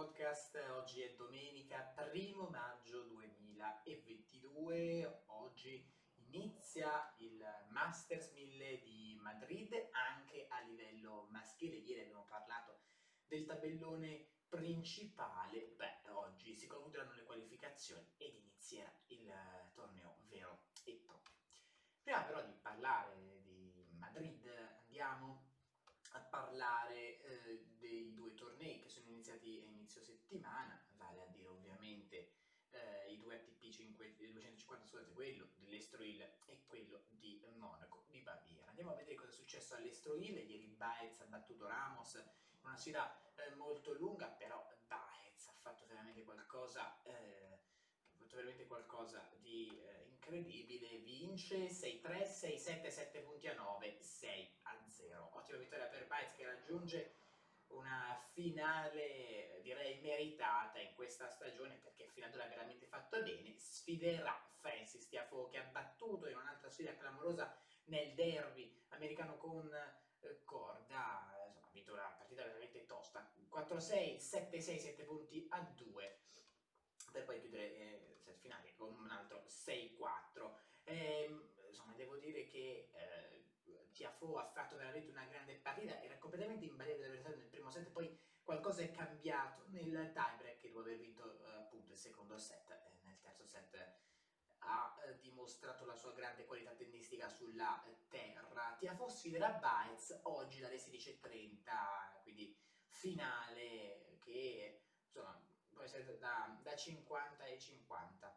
podcast. Oggi è domenica 1 maggio 2022. Oggi inizia il Masters 1000 di Madrid anche a livello maschile. Ieri abbiamo parlato del tabellone principale. Oggi si concluderanno le qualificazioni ed inizierà il torneo vero e proprio. Prima però di parlare di Madrid andiamo a parlare dei due tornei che sono iniziati a inizio settimana, vale a dire ovviamente i due ATP 250, scusate, quello dell'Estoril e quello di Monaco di Baviera. Andiamo a vedere cosa è successo all'Estoril. Ieri Baez ha battuto Ramos in una sfida molto lunga, però Baez ha fatto veramente qualcosa di incredibile. Vince 6-3, 6-7, 7 punti a 9, 6-0. Ottima vittoria per Baez, che raggiunge una finale direi meritata in questa stagione, perché fino ad ora ha veramente fatto bene. Sfiderà Francis Tiafoe, che ha battuto in un'altra sfida clamorosa nel derby americano con Corda. Insomma, ha vinto una partita veramente tosta, 4-6, 7-6, 7 punti a 2, per poi chiudere il set finale con un altro 6-4. Insomma, devo dire che Tiafoe ha fatto veramente una grande partita, era completamente in balia dell'avversario nel primo set, poi qualcosa è cambiato nel tiebreak dopo aver vinto appunto il secondo set. Nel terzo set ha dimostrato la sua grande qualità tennistica sulla terra. Tiafoe sfiderà Baez oggi dalle 16:30, quindi finale che insomma può essere da 50 e 50.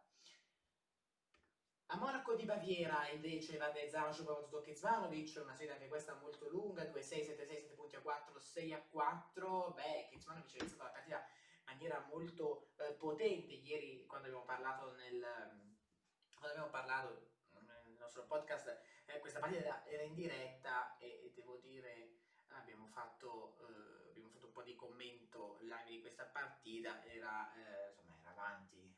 A Monaco di Baviera invece Van de Zandt ha battuto Kecmanovic, una sfida anche questa molto lunga, 2-6, 7-6, 7 punti a 4, 6-4. Kecmanovic ha iniziato la partita in maniera molto potente. Ieri quando abbiamo parlato nel nostro podcast, questa partita era in diretta e devo dire abbiamo fatto un po' di commento live di questa partita. Era avanti.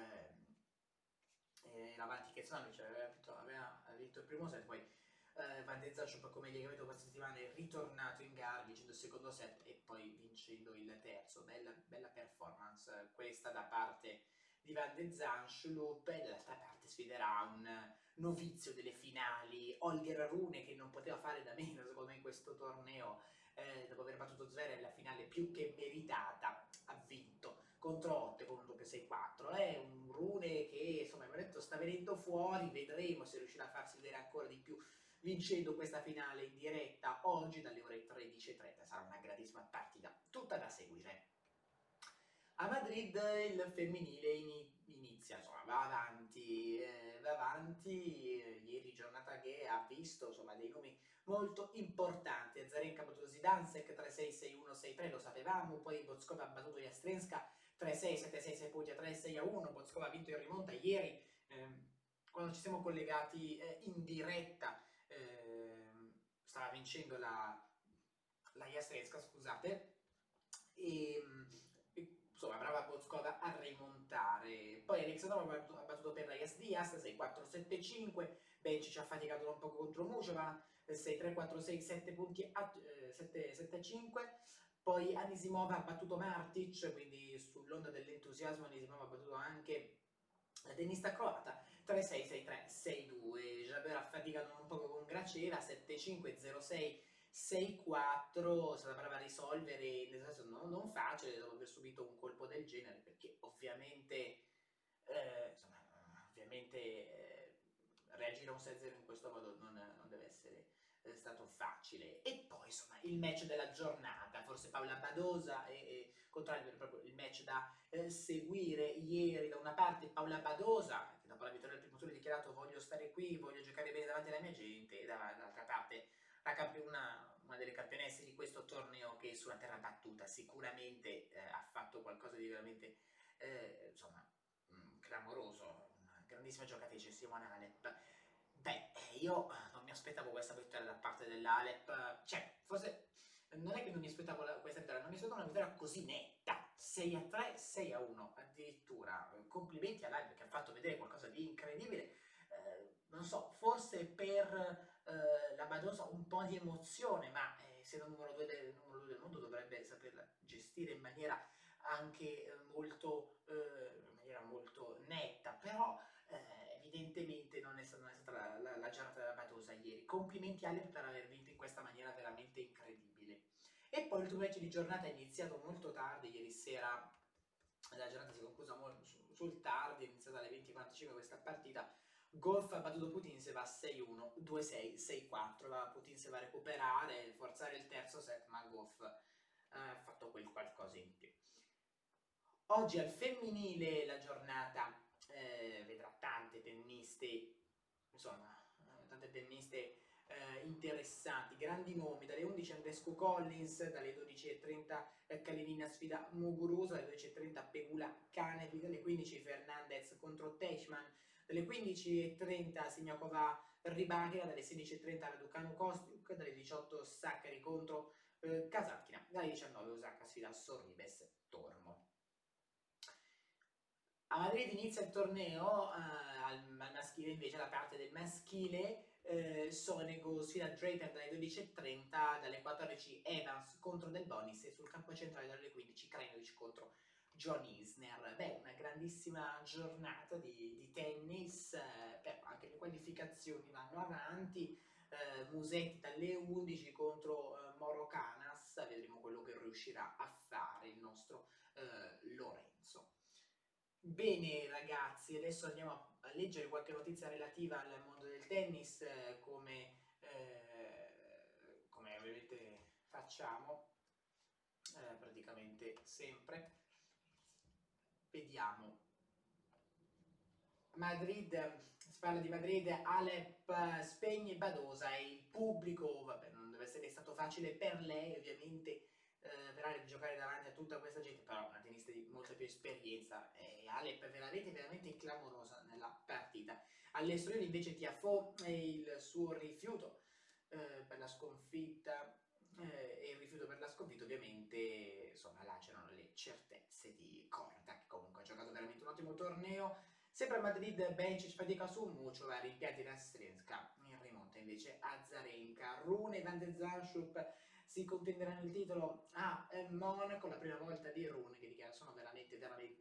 Era avanti Kecmanovic, aveva vinto il primo set, poi Van de Zandt, come gli capito questa settimana, è ritornato in gara vincendo il secondo set e poi vincendo il terzo. Bella performance questa da parte di Van de Zandt. Dall'altra parte sfiderà un novizio delle finali, Holger Rune, che non poteva fare da meno secondo me in questo torneo. Dopo aver battuto Zverev, la finale più che meritata, ha vinto contro 8 con un doppio 6-4. È un Rune che insomma abbiamo detto sta venendo fuori, vedremo se riuscirà a farsi vedere ancora di più vincendo questa finale in diretta oggi dalle ore 13:30. Sarà una grandissima partita, tutta da seguire. A Madrid il femminile inizia, insomma, va avanti. Ieri giornata che ha visto insomma dei nomi molto importanti. Azarenka ha battuto Zidansek 3-6, 6-1, 6-3, lo sapevamo. Poi Boskova ha battuto Jastrenska 3-6, 7-6, 6 punti a 3, 6-1. Boskova ha vinto in rimonta ieri, quando ci siamo collegati in diretta. Stava vincendo la Jastrenska, scusate, e insomma brava Boskova a rimontare. Poi Alexandrova ha battuto per Reyes Diaz 6-4, 7-5. Bencic ha faticato un po' contro Muceva 6-3, 4-6, 7 punti a 7-5. Poi Anisimova ha battuto Martic, quindi sull'onda dell'entusiasmo Anisimova ha battuto anche la tennista croata 3-6, 6-3, 6-2. Jabber ha faticato un po' con Graceva 7-5, 0-6, 6-4. È stata brava a risolvere, nel senso non facile dopo aver subito un colpo del genere, perché ovviamente reagire a un 6-0 in questo modo non deve essere stato facile. E poi insomma il match della giornata, forse Paola Badosa e contrario, proprio il match da seguire ieri. Da una parte Paola Badosa, che dopo la vittoria del primo turno ha dichiarato voglio stare qui, voglio giocare bene davanti alla mia gente, e dall'altra parte una delle campionesse di questo torneo, che sulla terra battuta sicuramente ha fatto qualcosa di veramente clamoroso, una grandissima giocatrice, Simona Halep. Io non mi aspettavo questa vittoria da parte dell'Halep, cioè forse non è che non mi aspettavo questa vittoria, non mi aspettavo una vittoria così netta, 6-3, 6-1 addirittura. Complimenti all'Halep, che ha fatto vedere qualcosa di incredibile. Non so, forse per la Badosa un po' di emozione, ma essendo numero 2 del mondo dovrebbe saperla gestire in maniera anche molto, in maniera molto netta, però evidentemente non è stata la giornata della Batosa ieri. Complimenti Alep per aver vinto in questa maniera veramente incredibile. E poi il tuo match di giornata è iniziato molto tardi, ieri sera la giornata si è conclusa sul tardi, è iniziata alle 20:45 questa partita. Golf ha battuto Putintseva 6-1, 2-6, 6-4, la Putintseva a recuperare, forzare il terzo set, ma Golf ha fatto quel qualcosa in più. Oggi al femminile la giornata vedrà tante tenniste, insomma, tante tenniste interessanti, grandi nomi, dalle 11 Andrescu Collins, dalle 12:30 Kalinina sfida Muguruza, dalle 12:30 Pegula Kanepi, dalle 15 Fernandez contro Teichmann, dalle 15:30 Siniakova Ribakina, dalle 16:30 Raducanu Kostiuk, dalle 18 Sakkari contro Kasatkina, dalle 19 Osaka sfida Sorribes Tormo. A Madrid inizia il torneo, al maschile invece, la parte del maschile, Sonego sfida Draper dalle 12:30, dalle 14 Evans contro Del Bonis e sul campo centrale dalle 15 Krajinovic contro John Isner. Beh, una grandissima giornata di tennis, anche le qualificazioni vanno avanti, Musetti dalle 11 contro Moro Canas, vedremo quello che riuscirà a fare il nostro Lorenzo. Bene ragazzi, adesso andiamo a leggere qualche notizia relativa al mondo del tennis, come ovviamente facciamo praticamente sempre. Vediamo. Madrid, si parla di Madrid, Alep spegne Badosa e il pubblico, vabbè, non deve essere stato facile per lei ovviamente per Alep giocare davanti a tutta questa gente, però una tennista di molta più esperienza e Alep è veramente clamorosa nella partita. All'estremo invece Tiafoe e il suo rifiuto per la sconfitta e il rifiuto per la sconfitta ovviamente, insomma, là c'erano le certezze di Korda, che comunque ha giocato veramente un ottimo torneo. Sempre a Madrid Bencic fatica su Muciola, rimpianti da Strenska, in rimonta invece Azarenka. Rune e Van de Zandschup si contenderanno il titolo a Monaco, la prima volta di Rune che dichiara sono veramente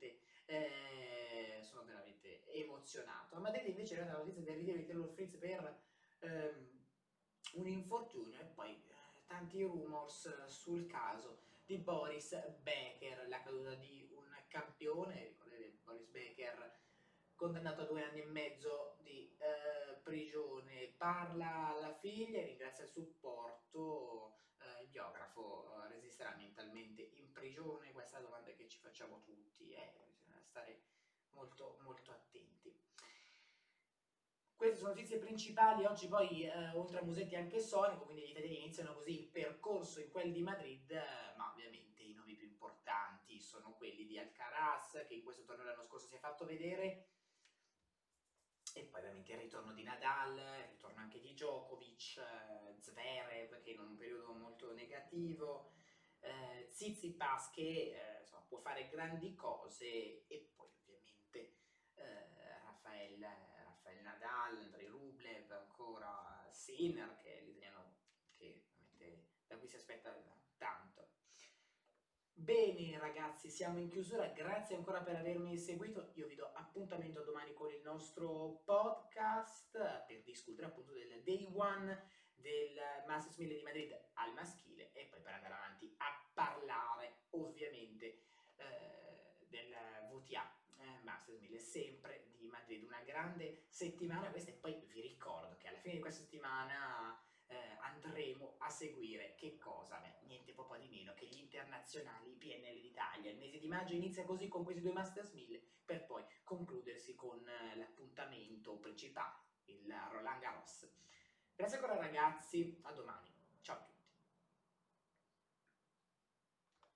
emozionato. A Madrid invece era la notizia del ritiro di Taylor Fritz per un infortunio e poi tanti rumors sul caso di Boris Becker, la caduta di un campione, ricordate Boris Becker condannato a 2 anni e mezzo di prigione. Parla alla figlia, ringrazia il supporto, il biografo resisterà mentalmente in prigione? Questa è la domanda che ci facciamo tutti, bisogna stare molto attenti. Queste sono notizie principali, oggi poi oltre a Musetti anche Sonico, quindi gli italiani iniziano così il percorso in quel di Madrid, ma ovviamente i nomi più importanti sono quelli di Alcaraz, che in questo torneo l'anno scorso si è fatto vedere, e poi ovviamente il ritorno di Nadal, il ritorno anche di Djokovic, Zverev che in un periodo molto negativo, Tsitsipas che insomma, può fare grandi cose e poi ovviamente Rafael Nadal, Andrei Rublev, ancora Sinner che è l'italiano che da cui si aspetta tanto. Bene ragazzi, siamo in chiusura, grazie ancora per avermi seguito, io vi do appuntamento domani con il nostro podcast per discutere appunto del Day One del Masters 1000 di Madrid al maschile e poi per andare avanti a parlare ovviamente del VTA Masters 1000 sempre di Madrid, una grande settimana questa e poi vi ricordo che alla fine di questa settimana andremo a seguire che cosa? Beh, niente po' di meno che gli internazionali PNL d'Italia. Il mese di maggio inizia così con questi 2 Masters 1000 per poi concludersi con l'appuntamento principale, il Roland Garros. Grazie ancora ragazzi, a domani.